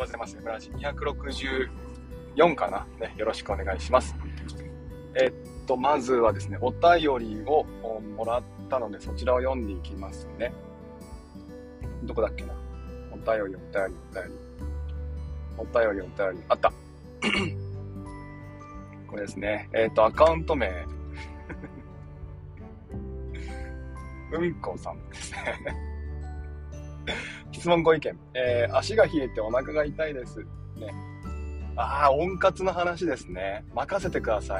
ございます。村地264かな、ね。よろしくお願いします。まずはですね、お便りをもらったので、そちらを読んでいきますね。どこだっけな。お便り。あった。これですね。アカウント名。うんこさんですね。質問ご意見。足が冷えてお腹が痛いです。ね。温活の話ですね。任せてください。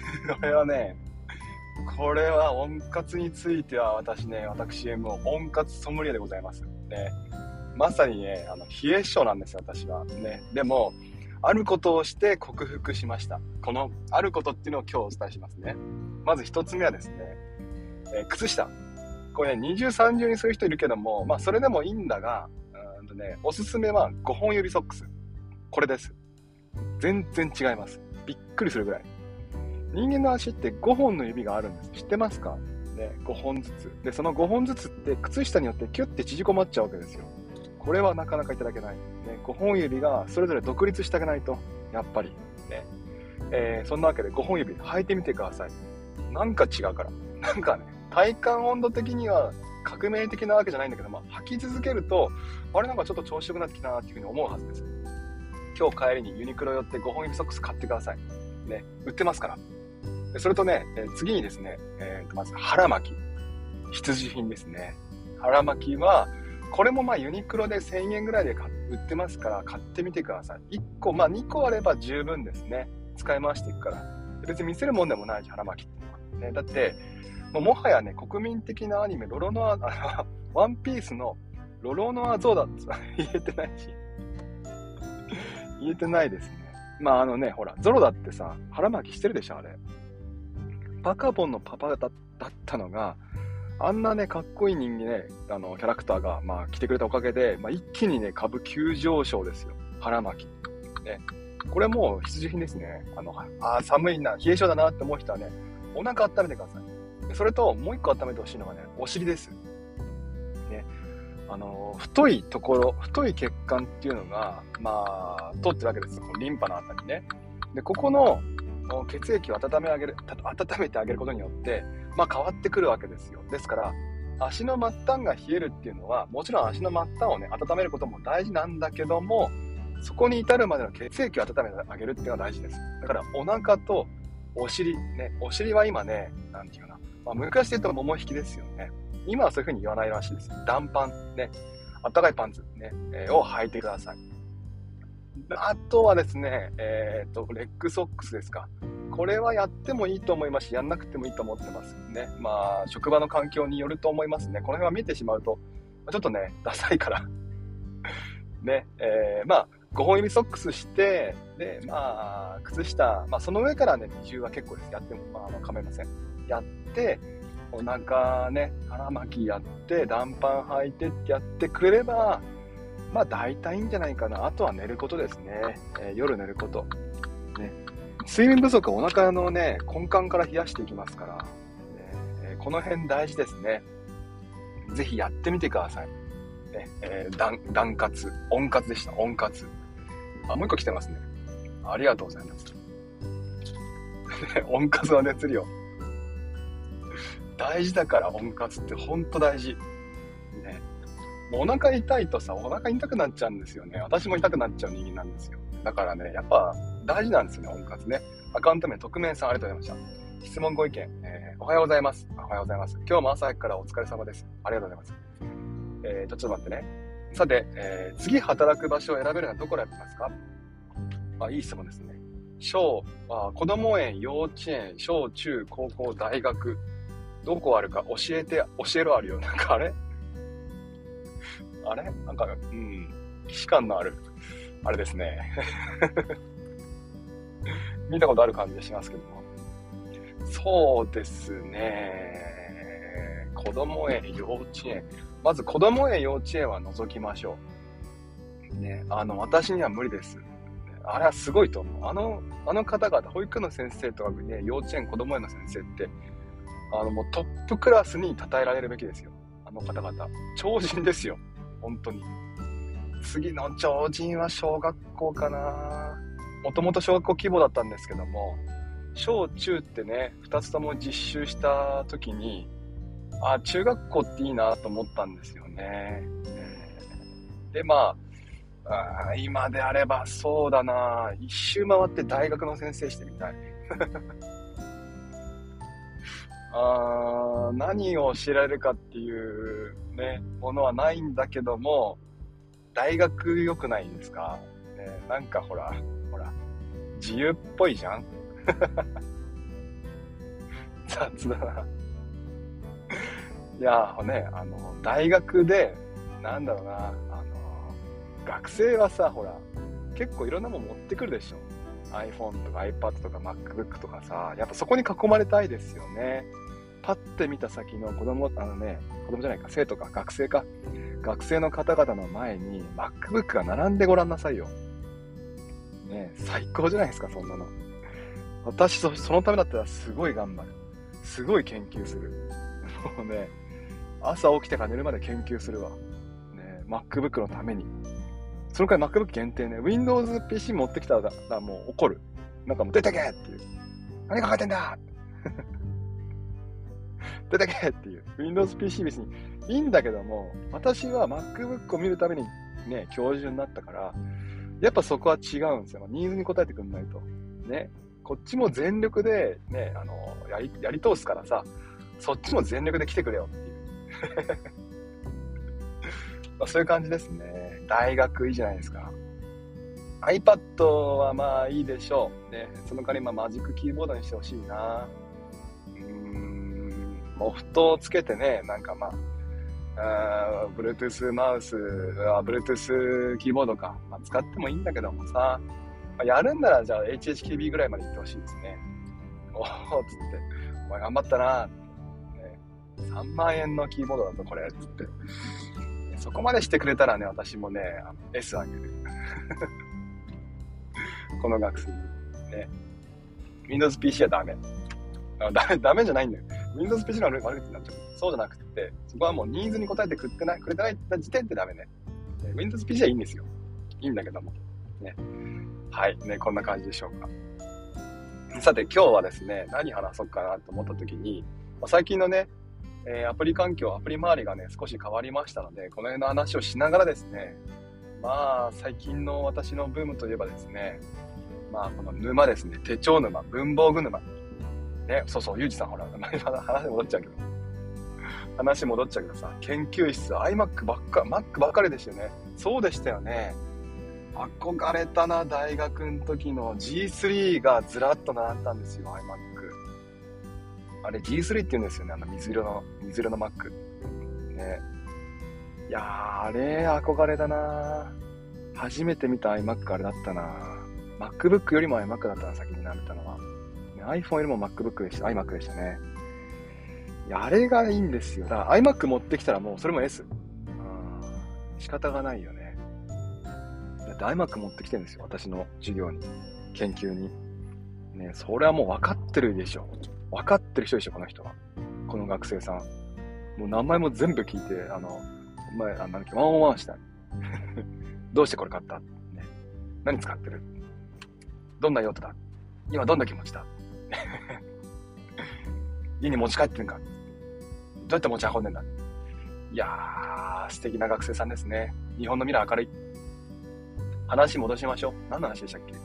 これは温活については私も温活ソムリエでございます。ね。まさにね、冷え性なんですよ、私は。ね。でも、あることをして克服しました。この、あることっていうのを今日お伝えしますね。まず一つ目はですね、靴下。これね、二重三重にする人いるけども、それでもいいんだが、おすすめは5本指ソックス。これです。全然違います。びっくりするぐらい。人間の足って5本の指があるんです。知ってますか？ね、5本ずつ。で、その5本ずつって靴下によってキュッて縮こまっちゃうわけですよ。これはなかなかいただけない。ね、5本指がそれぞれ独立してあげないと、やっぱり。ね。そんなわけで5本指履いてみてください。なんか違うから。なんかね、体感温度的には革命的なわけじゃないんだけど、履き続けると、なんかちょっと調子よくなってきたなっていうふうに思うはずです。今日帰りにユニクロ寄って5本指ソックス買ってください。ね、売ってますから。それとね、次にですね、まず腹巻き。必需品ですね。腹巻きは、これもユニクロで1000円ぐらいで売ってますから買ってみてください。1個、2個あれば十分ですね。使い回していくから。別に見せるもんでもないし、腹巻きっていうのは。ね、だって、もはやね、国民的なアニメ、ワンピースのロロノアゾーダって言えてないし。言えてないですね。ほら、ゾロだってさ、腹巻きしてるでしょ、あれ。バカボンのパパだったのが、あんなね、かっこいい人間ね、キャラクターが、来てくれたおかげで、一気にね、株急上昇ですよ。腹巻き。ね。これもう必需品ですね。寒いな、冷え性だなって思う人はね、お腹温めてください。それと、もう一個温めてほしいのがね、お尻です。ね。太い血管っていうのが、通ってるわけですよ。リンパのあたりね。で、ここの血液を温めてあげることによって、変わってくるわけですよ。ですから、足の末端が冷えるっていうのは、もちろん足の末端をね、温めることも大事なんだけども、そこに至るまでの血液を温めてあげるっていうのが大事です。だから、お腹とお尻、ね、お尻は今ね、なんていうかな、昔で言うと桃引きですよね。今はそういう風に言わないらしいです。暖パン、ね、あったかいパンツ、ね、を履いてください。あとはですね、レッグソックスですか。これはやってもいいと思いますし、やんなくてもいいと思ってますね。職場の環境によると思いますね。この辺は見てしまうと、ちょっとね、ダサいから。ね、5本指ソックスして、で、靴下、その上からね、二重は結構です。やっても、構いません。やって、お腹ね、腹巻きやって、暖パン履いてってやってくれれば、大体いいんじゃないかな。あとは寝ることですね。夜寝ること。ね。睡眠不足はお腹のね、根幹から冷やしていきますから、ね、この辺大事ですね。ぜひやってみてください。ね、暖活、温活でした。温活。もう一個来てますね。ありがとうございます。温活は熱量。大事だから温活ってほんと大事。ね。お腹痛いとさ、お腹痛くなっちゃうんですよね。私も痛くなっちゃう人間なんですよ。だからね、やっぱ大事なんですよね、温活ね。アカウント名、匿名さんありがとうございました。質問ご意見、おはようございます。おはようございます。今日も朝早くからお疲れ様です。ありがとうございます。ちょっと待ってね。さて、次働く場所を選べるのはどこでやってますか？いい質問ですね。子供園、幼稚園、小中、高校、大学、どこあるか教えろあるよ。なんかあれなんか、既視感のある、あれですね。見たことある感じがしますけども。そうですね。子供園、幼稚園。まず子供園、幼稚園は除きましょう。ね、私には無理です。あれはすごいと思う。あの方々、保育の先生とかね、幼稚園、子供園の先生って、もうトップクラスに称えられるべきですよ。あの方々。超人ですよ。本当に。 次の超人は小学校かな。もともと小学校規模だったんですけども、小中ってね、2つとも実習した時に、中学校っていいなと思ったんですよね。で、今であればそうだな、一周回って大学の先生してみたい。何を知られるかっていうね、ものはないんだけども、大学良くないですか、ね、なんかほら、自由っぽいじゃん。雑だな。いやね、大学で、なんだろうな、学生はさ、ほら、結構いろんなもの持ってくるでしょ。iPhone とか iPad とか MacBook とかさ、やっぱそこに囲まれたいですよね。パッて見た先の子供じゃないか、生徒か、学生か。学生の方々の前に MacBook が並んでごらんなさいよ。ね、最高じゃないですか、そんなの。私、そのためだったらすごい頑張る。すごい研究する。もうね、朝起きてから寝るまで研究するわ。ね、MacBook のために。そのくらい MacBook 限定ね、Windows PC 持ってきたらもう怒る。なんかもう出てけっていう。何が書いてんだ出てけっていう。Windows PC 別にいいんだけども、私は MacBook を見るためにね、教授になったから、やっぱそこは違うんですよ。ニーズに応えてくんないと。ね。こっちも全力でね、やり通すからさ、そっちも全力で来てくれよっていう。そういう感じですね。大学いいじゃないですか。iPad はまあいいでしょう。ね、その代わりマジックキーボードにしてほしいな。モフトをつけてね、なんかBluetooth マウス、Bluetooth キーボードか、使ってもいいんだけどもさ、やるんならじゃあ HHKB ぐらいまで行ってほしいですね。おーっつって、お前頑張ったなーって、ね。3万円のキーボードだぞこれっつって。そこまでしてくれたらね、私もね、S あげる。この学生に。ね。Windows PC はダメ。ダメじゃないんだよ。Windows PC の悪口になっちゃう。そうじゃなくて、そこはもうニーズに応えてくれてない時点でダメね。Windows PC はいいんですよ。いいんだけども。ね。はい。ね、こんな感じでしょうか。さて、今日はですね、何話そうかなと思った時に、最近のね、アプリ環境、アプリ周りがね、少し変わりましたので、この辺の話をしながらですね、最近の私のブームといえばですね、この沼ですね、手帳沼、文房具沼。ね、そう、ゆうじさん、ほら、話戻っちゃうけどさ、研究室、Mac ばっかりでしたよね。そうでしたよね。憧れたな、大学の時の G3 がずらっと並んだんですよ、iMac。あれ G3 って言うんですよね、水色の Mac。ね。いやー、あれ憧れだな。初めて見た iMac あれだったな。MacBook よりも iMac だったな、先に並べたのは。iPhone よりも MacBook でした、iMac でしたね。いや、あれがいいんですよ。だから iMac 持ってきたらもうそれも S。仕方がないよね。だって iMac 持ってきてるんですよ、私の授業に。研究に。ね、それはもう分かってるでしょ。分かってる人でしょ、この人は。この学生さん。もう名前も全部聞いて、お前、なんだっけ、ワンオンワンした。どうしてこれ買った、ね、何使ってる、どんな用途だ、今どんな気持ちだ、家に持ち帰ってるんか、どうやって持ち運んでんだ。いやー、素敵な学生さんですね。日本の未来明るい。話戻しましょう。何の話でしたっけ。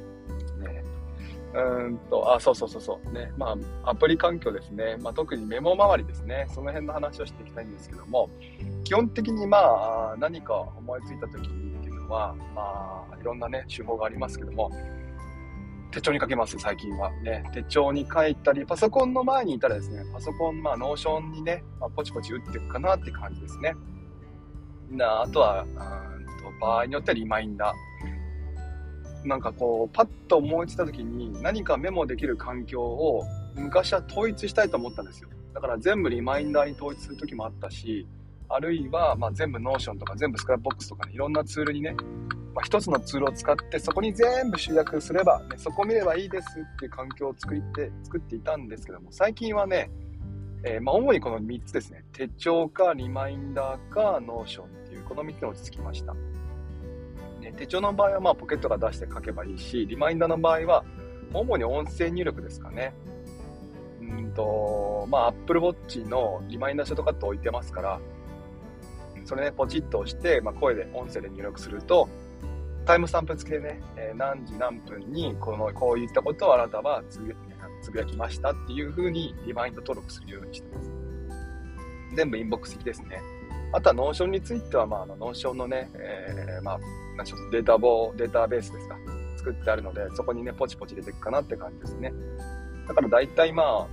そうね。アプリ環境ですね。特にメモ周りですね。その辺の話をしていきたいんですけども、基本的に何か思いついた時にっていうのは、いろんなね、手法がありますけども、手帳に書けます、最近は。ね、手帳に書いたり、パソコンの前にいたらですね、パソコン、ノーションにね、ポチポチ打っていくかなって感じですね。あとは、場合によってはリマインダー。なんかこうパッと思いついた時に何かメモできる環境を昔は統一したいと思ったんですよ。だから全部リマインダーに統一する時もあったし、あるいは全部ノーションとか全部スクラップボックスとか、ね、いろんなツールにね、一つのツールを使ってそこに全部集約すれば、ね、そこを見ればいいですっていう環境を作っていたんですけども、最近はね、主にこの3つですね。手帳かリマインダーかノーションっていうこの3つに落ち着きました。 手帳の場合はポケットが出して書けばいいし、リマインダーの場合は主に音声入力ですかね。Apple Watch のリマインダーショートカット置いてますから、それね、ポチッと押して、声で、音声で入力すると、タイムスタンプ付きでね、何時何分にこういったことをあなたはつぶやきましたっていう風にリマインド登録するようにしてます。全部インボックス式ですね。あとはノーションについては、ノーションのね、データベースですか、作ってあるので、そこにね、ポチポチ入れていくかなって感じですね。だから大体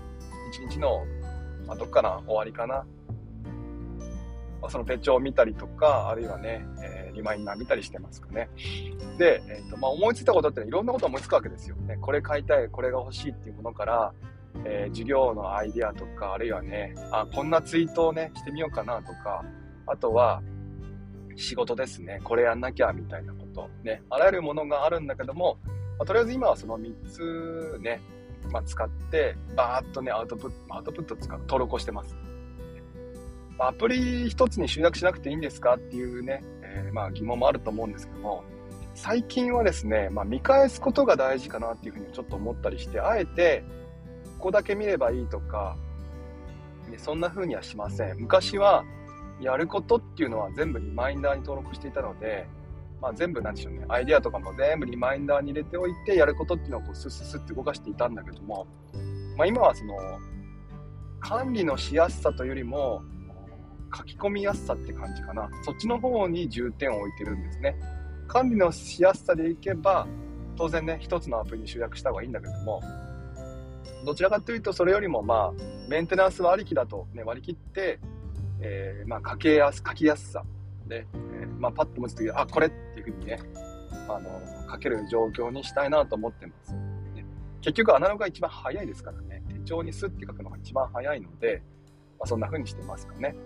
1日の、どっかな、終わりかな。その手帳を見たりとか、あるいはね、リマインダー見たりしてますかね。で、思いついたことっていろんなこと思いつくわけですよね。これ買いたい、これが欲しいっていうものから、授業のアイディアとか、あるいはね、こんなツイートをね、してみようかなとか、あとは、仕事ですね。これやんなきゃみたいなこと。ね。あらゆるものがあるんだけども、とりあえず今はその3つね、使って、バーッとね、アウトプット登録をしてます。アプリ一つに集約しなくていいんですかっていうね、疑問もあると思うんですけども、最近はですね、見返すことが大事かなっていうふうにちょっと思ったりして、あえて、ここだけ見ればいいとか、ね、そんな風にはしません。昔は、やることっていうのは全部リマインダーに登録していたので、全部なんでしょうね、アイデアとかも全部リマインダーに入れておいて、やることっていうのをこうスッスッって動かしていたんだけども、今はその、管理のしやすさというよりも、書き込みやすさって感じかな。そっちの方に重点を置いてるんですね。管理のしやすさでいけば、当然ね、一つのアプリに集約した方がいいんだけども、どちらかというと、それよりもメンテナンスはありきだと、ね、割り切って、書きやすさで、パッと持つときこれっていうふうにね、書ける状況にしたいなと思ってます。ね、結局、アナログが一番早いですからね、手帳にスッて書くのが一番早いので、そんな風にしてますかね。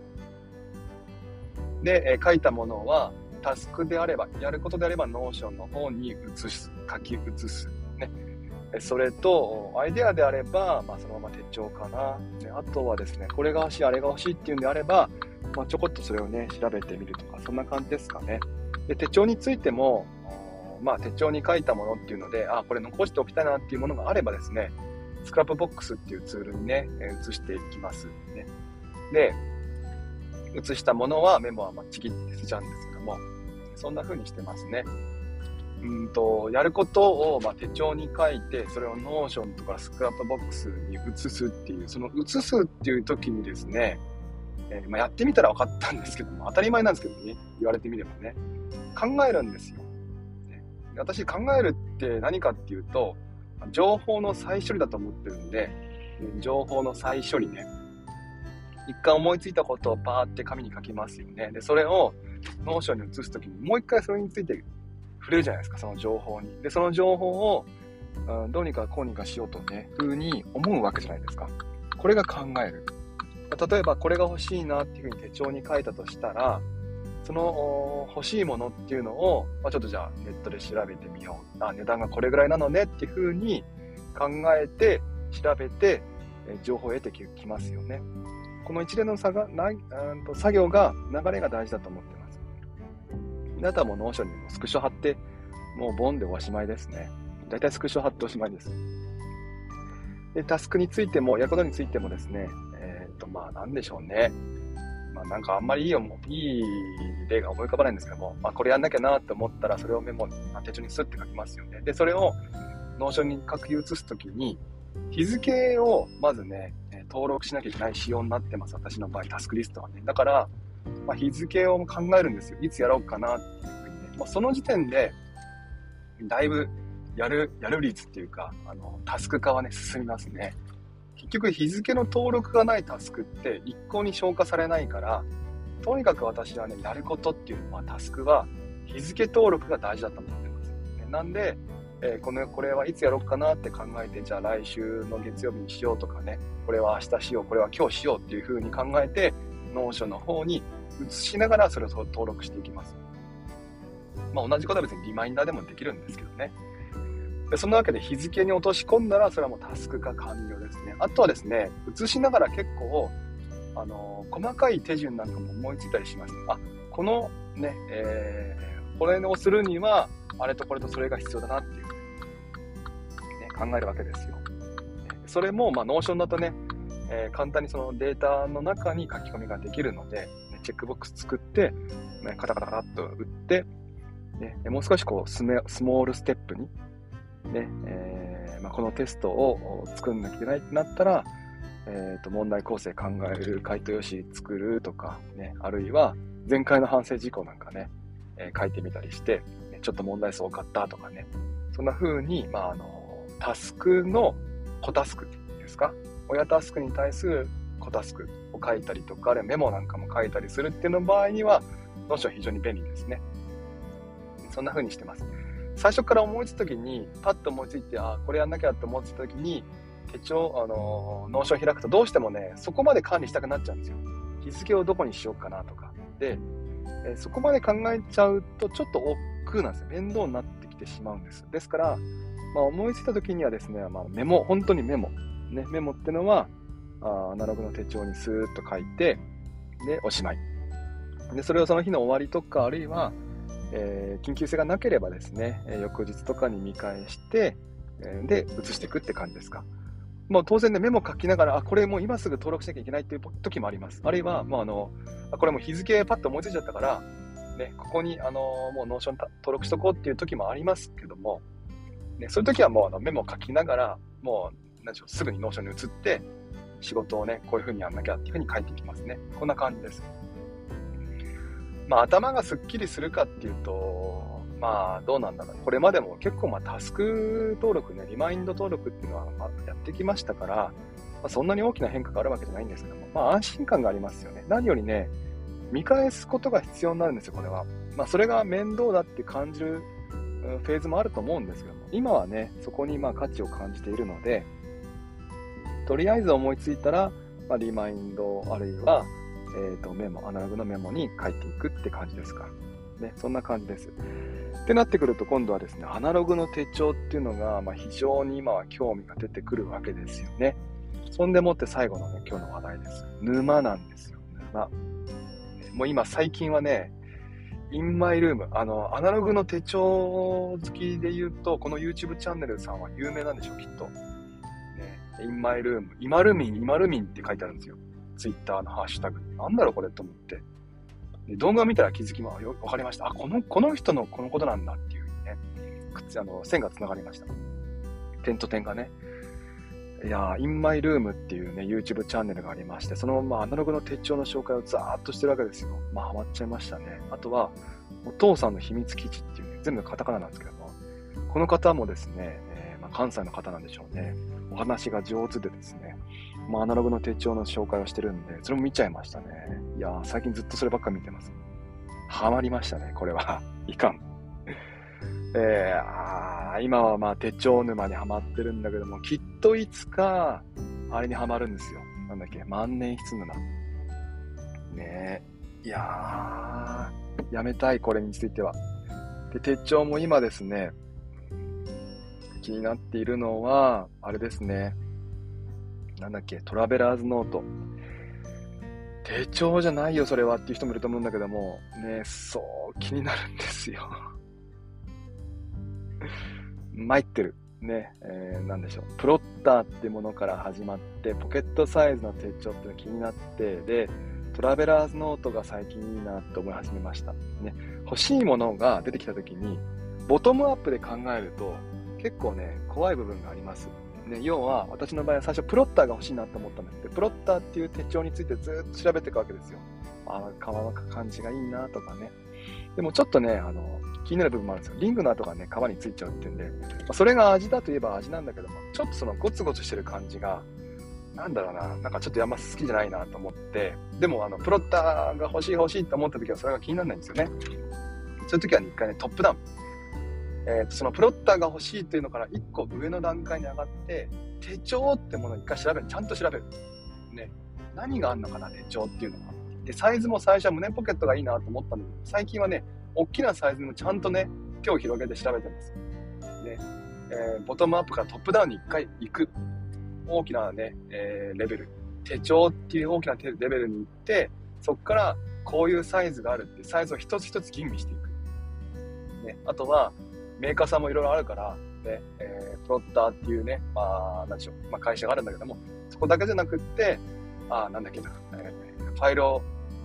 で、書いたものは、タスクであれば、やることであれば、ノーションの方に書き写す。ね。それと、アイデアであれば、そのまま手帳かな。あとはですね、これが欲しい、あれが欲しいっていうんであれば、ちょこっとそれをね、調べてみるとか、そんな感じですかね。で、手帳についても、手帳に書いたものっていうので、これ残しておきたいなっていうものがあればですね、スクラップボックスっていうツールにね、移していきます。ね。で、写したものはメモはちぎって捨てちゃうんですけども、そんな風にしてますね。やることを手帳に書いて、それをノーションとかスクラップボックスに移すっていう、その移すっていう時にですね、やってみたら分かったんですけども、当たり前なんですけどね、言われてみればね、考えるんですよ。私考えるって何かっていうと、情報の再処理だと思ってるんで、情報の再処理ね。一回思いついたことをパーって紙に書きますよね。で、それをノーションに移すときにもう一回それについて触れるじゃないですか、その情報に。で、その情報を、どうにかこうにかしようとね、風に思うわけじゃないですか。これが考える。例えば、これが欲しいなっていうふうに手帳に書いたとしたら、その欲しいものっていうのを、ちょっとじゃあネットで調べてみよう。値段がこれぐらいなのねっていうふうに考えて、調べて、情報を得てきますよね。この一連の作業が、流れが大事だと思ってます。あとはもうノーションにもスクショ貼って、もうボンでおしまいですね。だいたいスクショ貼っておしまいです。で、タスクについても、やることについてもですね、なんでしょうね。なんかあんまりいい例が思い浮かばないんですけども、これやんなきゃなって思ったら、それを手帳にスッて書きますよね。で、それをノーションに書き写すときに、日付をまずね、登録しなきゃいけない仕様になってます。私の場合、タスクリストはね。だから、日付を考えるんですよ。いつやろうかなっていうふうにね。その時点で、だいぶやる率っていうか、タスク化はね、進みますね。結局、日付の登録がないタスクって一向に消化されないから、とにかく私はね、やることっていうのは、タスクは日付登録が大事だと思ってます。なんで、これはいつやろうかなって考えて、じゃあ来週の月曜日にしようとかね、これは明日しよう、これは今日しようっていう風に考えて、ノーションの方に移しながらそれを登録していきます。同じことは別にリマインダーでもできるんですけどね。で、そのわけで日付に落とし込んだら、それはもうタスク化完了ですね。あとはですね、移しながら結構、細かい手順なんかも思いついたりします。このね、 これをするにはあれとこれとそれが必要だなっていう、ね、考えるわけですよ。それもノーションだとね、簡単にそのデータの中に書き込みができるので、チェックボックス作って、カタカタカタっと打って、もう少しこうスモールステップに、このテストを作んなきゃいけないってなったら、問題構成考える、回答用紙作るとか、あるいは前回の反省事項なんかね、書いてみたりして、ちょっと問題数多かったとかね、そんな風に、タスクの小タスクですか、親タスクに対する小タスクを書いたりとか、あるいはメモなんかも書いたりするっていうの場合には、ノーション非常に便利ですね。そんな風にしてます。最初から思いついた時に、パッと思いついて、これやんなきゃって思ってた時に、手帳、ノーション開くとどうしてもね、そこまで管理したくなっちゃうんですよ。日付をどこにしようかなとか。で、そこまで考えちゃうとちょっと億劫なんですよ。面倒になってきてしまうんです。ですから、思いついた時にはですね、メモ、本当にメモ。ね、メモってのは、アナログの手帳にスーッと書いて、で、おしまい。で、それをその日の終わりとか、あるいは、緊急性がなければですね、翌日とかに見返して、で、移していくって感じですか。もう当然ね、メモ書きながら、これもう今すぐ登録しなきゃいけないっていう時もあります。あるいは、これも日付パッと思いついちゃったから、ね、ここに、もうノーション登録しとこうっていう時もありますけども、ね、そういう時はもうメモ書きながら、もう、なんでしょう、すぐにノーションに移って、仕事をね、こういう風にやんなきゃっていう風に書いていきますね。こんな感じです。頭がすっきりするかっていうと、どうなんだろう。これまでも結構タスク登録ね、リマインド登録っていうのはやってきましたから、そんなに大きな変化があるわけじゃないんですけども、安心感がありますよね。何よりね、見返すことが必要になるんですよ、これは。それが面倒だって感じるフェーズもあると思うんですけども、今はね、そこに価値を感じているので、とりあえず思いついたら、リマインド、あるいは、メモ、アナログのメモに書いていくって感じですか。ね、そんな感じです。ってなってくると、今度はですね、アナログの手帳っていうのが、非常に今は興味が出てくるわけですよね。そんでもって最後のね、今日の話題です。沼なんですよ、沼。もう今最近はね、インマイルーム、アナログの手帳好きで言うと、この YouTube チャンネルさんは有名なんでしょう、きっと。インマイルーム、イマルミンって書いてあるんですよ。ツイッターのハッシュタグに。なんだろうこれと思って。で動画を見たら気づきもわかりました。この人のこのことなんだっていう風にね、線が繋がりました。点と点がね。いやー、インマイルームっていうね、YouTube チャンネルがありまして、そのアナログの手帳の紹介をざーっとしてるわけですよ。ハマっちゃいましたね。あとは、お父さんの秘密基地っていうね、全部カタカナなんですけども、この方もですね、関西の方なんでしょうね。お話が上手でですね、アナログの手帳の紹介をしてるんで、それも見ちゃいましたね。いやー、最近ずっとそればっか見てます。ハマりましたね、これは。いかん。今は手帳沼にハマってるんだけども、きっといつか、あれにハマるんですよ。なんだっけ、万年筆沼。ねえ。いやー、やめたい、これについては。で、手帳も今ですね、気になっているのは、あれですね。なんだっけ、トラベラーズノート。手帳じゃないよ、それはっていう人もいると思うんだけども、ね、そう気になるんですよ。参ってる。ね、なんでしょう。プロッターってものから始まって、ポケットサイズの手帳っていうのが気になって、で、トラベラーズノートが最近いいなと思い始めました。ね、欲しいものが出てきたときに、ボトムアップで考えると、結構ね、怖い部分があります。ね、要は、私の場合は最初プロッターが欲しいなと思ったんですけど、プロッターっていう手帳についてずっと調べていくわけですよ。革の感じがいいなとかね。でもちょっとね、気になる部分もあるんですよ。リングの跡がね、革についちゃうっていうんで、それが味だといえば味なんだけども、ちょっとそのゴツゴツしてる感じが、なんだろうな、なんかちょっと好きじゃないなと思って、でもプロッターが欲しいと思った時はそれが気にならないんですよね。そういう時は一回ね、トップダウン。そのプロッターが欲しいというのから一個上の段階に上がって、手帳ってものを一回ちゃんと調べる。ね。何があんのかな、手帳っていうのは。で、サイズも最初は胸ポケットがいいなと思ったんだけど、最近はね、大きなサイズもちゃんとね、手を広げて調べてます。で、ボトムアップからトップダウンに一回行く。大きなね、レベル。手帳っていう大きなレベルに行って、そこからこういうサイズがあるって、サイズを一つ一つ吟味していく。 ね、あとは、メーカーさんもいろいろあるから、ね、プロッターっていうね、なんでしょう、会社があるんだけども、そこだけじゃなくって、なんだっけな、ファイロ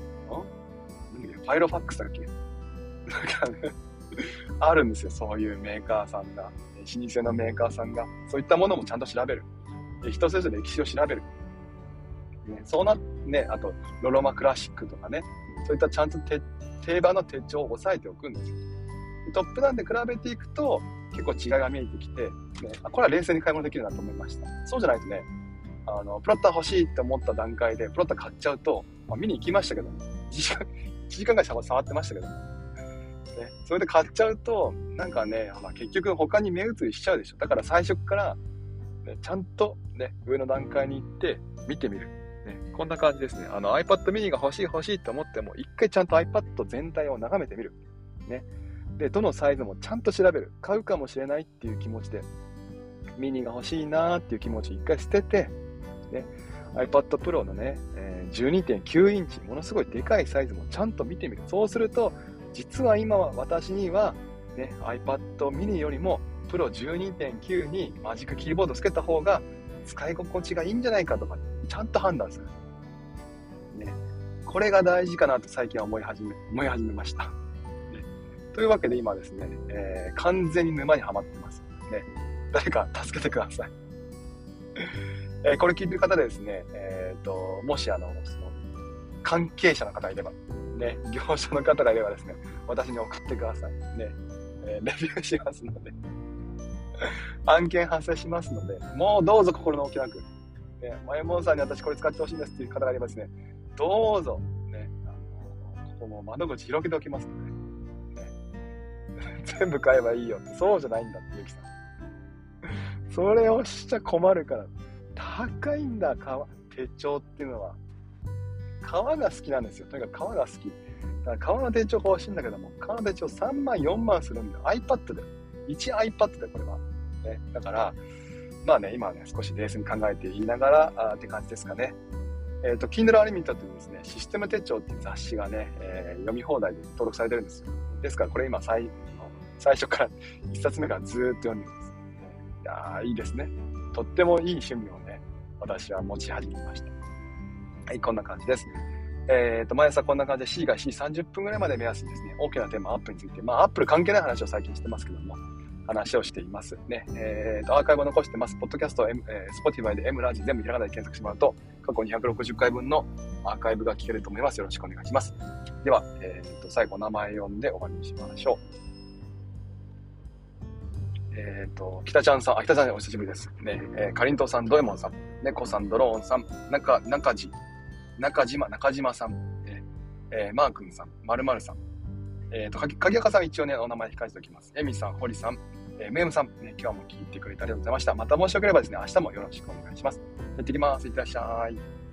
ファックスだっけなんかね、あるんですよ、そういうメーカーさんが。老舗のメーカーさんが、そういったものもちゃんと調べる。人それぞれ歴史を調べる。ね、そうなね、あと、ロロマクラシックとかね、そういったちゃんと定番の手帳を押さえておくんですよ。トップダウンで比べていくと、結構違いが見えてきて、ね、これは冷静に買い物できるなと思いました。そうじゃないとね、プロッター欲しいって思った段階で、プロッター買っちゃうと、見に行きましたけど、1時間ぐらい触ってましたけど、ね、それで買っちゃうと、なんかね、結局他に目移りしちゃうでしょ。だから最初から、ね、ちゃんとね、上の段階に行って見てみる。ね、こんな感じですね。iPad mini が欲しいって思っても、一回ちゃんと iPad 全体を眺めてみる。ね。で、どのサイズもちゃんと調べる。買うかもしれないっていう気持ちで、ミニが欲しいなーっていう気持ちを一回捨てて、ね、iPad Pro のね、12.9 インチ、ものすごいでかいサイズもちゃんと見てみる。そうすると、実は今は私には、ね、iPad mini よりも Pro 12.9 にマジックキーボードつけた方が使い心地がいいんじゃないかとか、ちゃんと判断する。ね、これが大事かなと最近は思い始めました。というわけで今ですね、完全に沼にはまってます。ね、誰か助けてください。これ聞いてる方でですね、もしその関係者の方がいれば、ね、業者の方がいればですね、私に送ってください。ね、レビューしますので、案件発生しますので、もうどうぞ心の大きなく、ね、まゆもんさんに私これ使ってほしいですっていう方がいればですね、どうぞ、ね、ここも窓口広げておきますので、全部買えばいいよって、そうじゃないんだって、ゆきさん。それをしちゃ困るから。高いんだ、手帳っていうのは。革が好きなんですよ。とにかく革が好き。だから革の手帳が欲しいんだけども、革の手帳3万、4万するんだよ。iPad で。1 iPad で、これは。ね、だから、今はね、少し冷静に考えて言いながら、って感じですかね。Kindle Unlimited というですね、システム手帳っていう雑誌がね、読み放題で登録されてるんですよ。ですから、これ今最初から1冊目からずーっと読んでます。いやー、いいですね。とってもいい趣味をね、私は持ち始めました。はい、こんな感じです。毎朝こんな感じで C が C30 分ぐらいまで目安にですね、大きなテーマアップについて、アップル関係ない話を最近してますけども、話をしていますね。アーカイブを残してます。ポッドキャスト、Spotify で M ラジ全部ひらがなで検索してもらうと、過去260回分のアーカイブが聞けると思います。よろしくお願いします。では、最後名前読んで終わりにしましょう。北ちゃんさんお久しぶりですね。かりんとうさん、ドエモンさん、猫さん、ドローンさん、中島さん、マー君さん、まるまるさん、鍵垢さん一応ね、お名前控えておきます。エミさん、ホリさん、メイムさん、ね、今日も聞いてくれてありがとうございました。また申し訳ればですね、明日もよろしくお願いします。行ってきます。いってらっしゃい。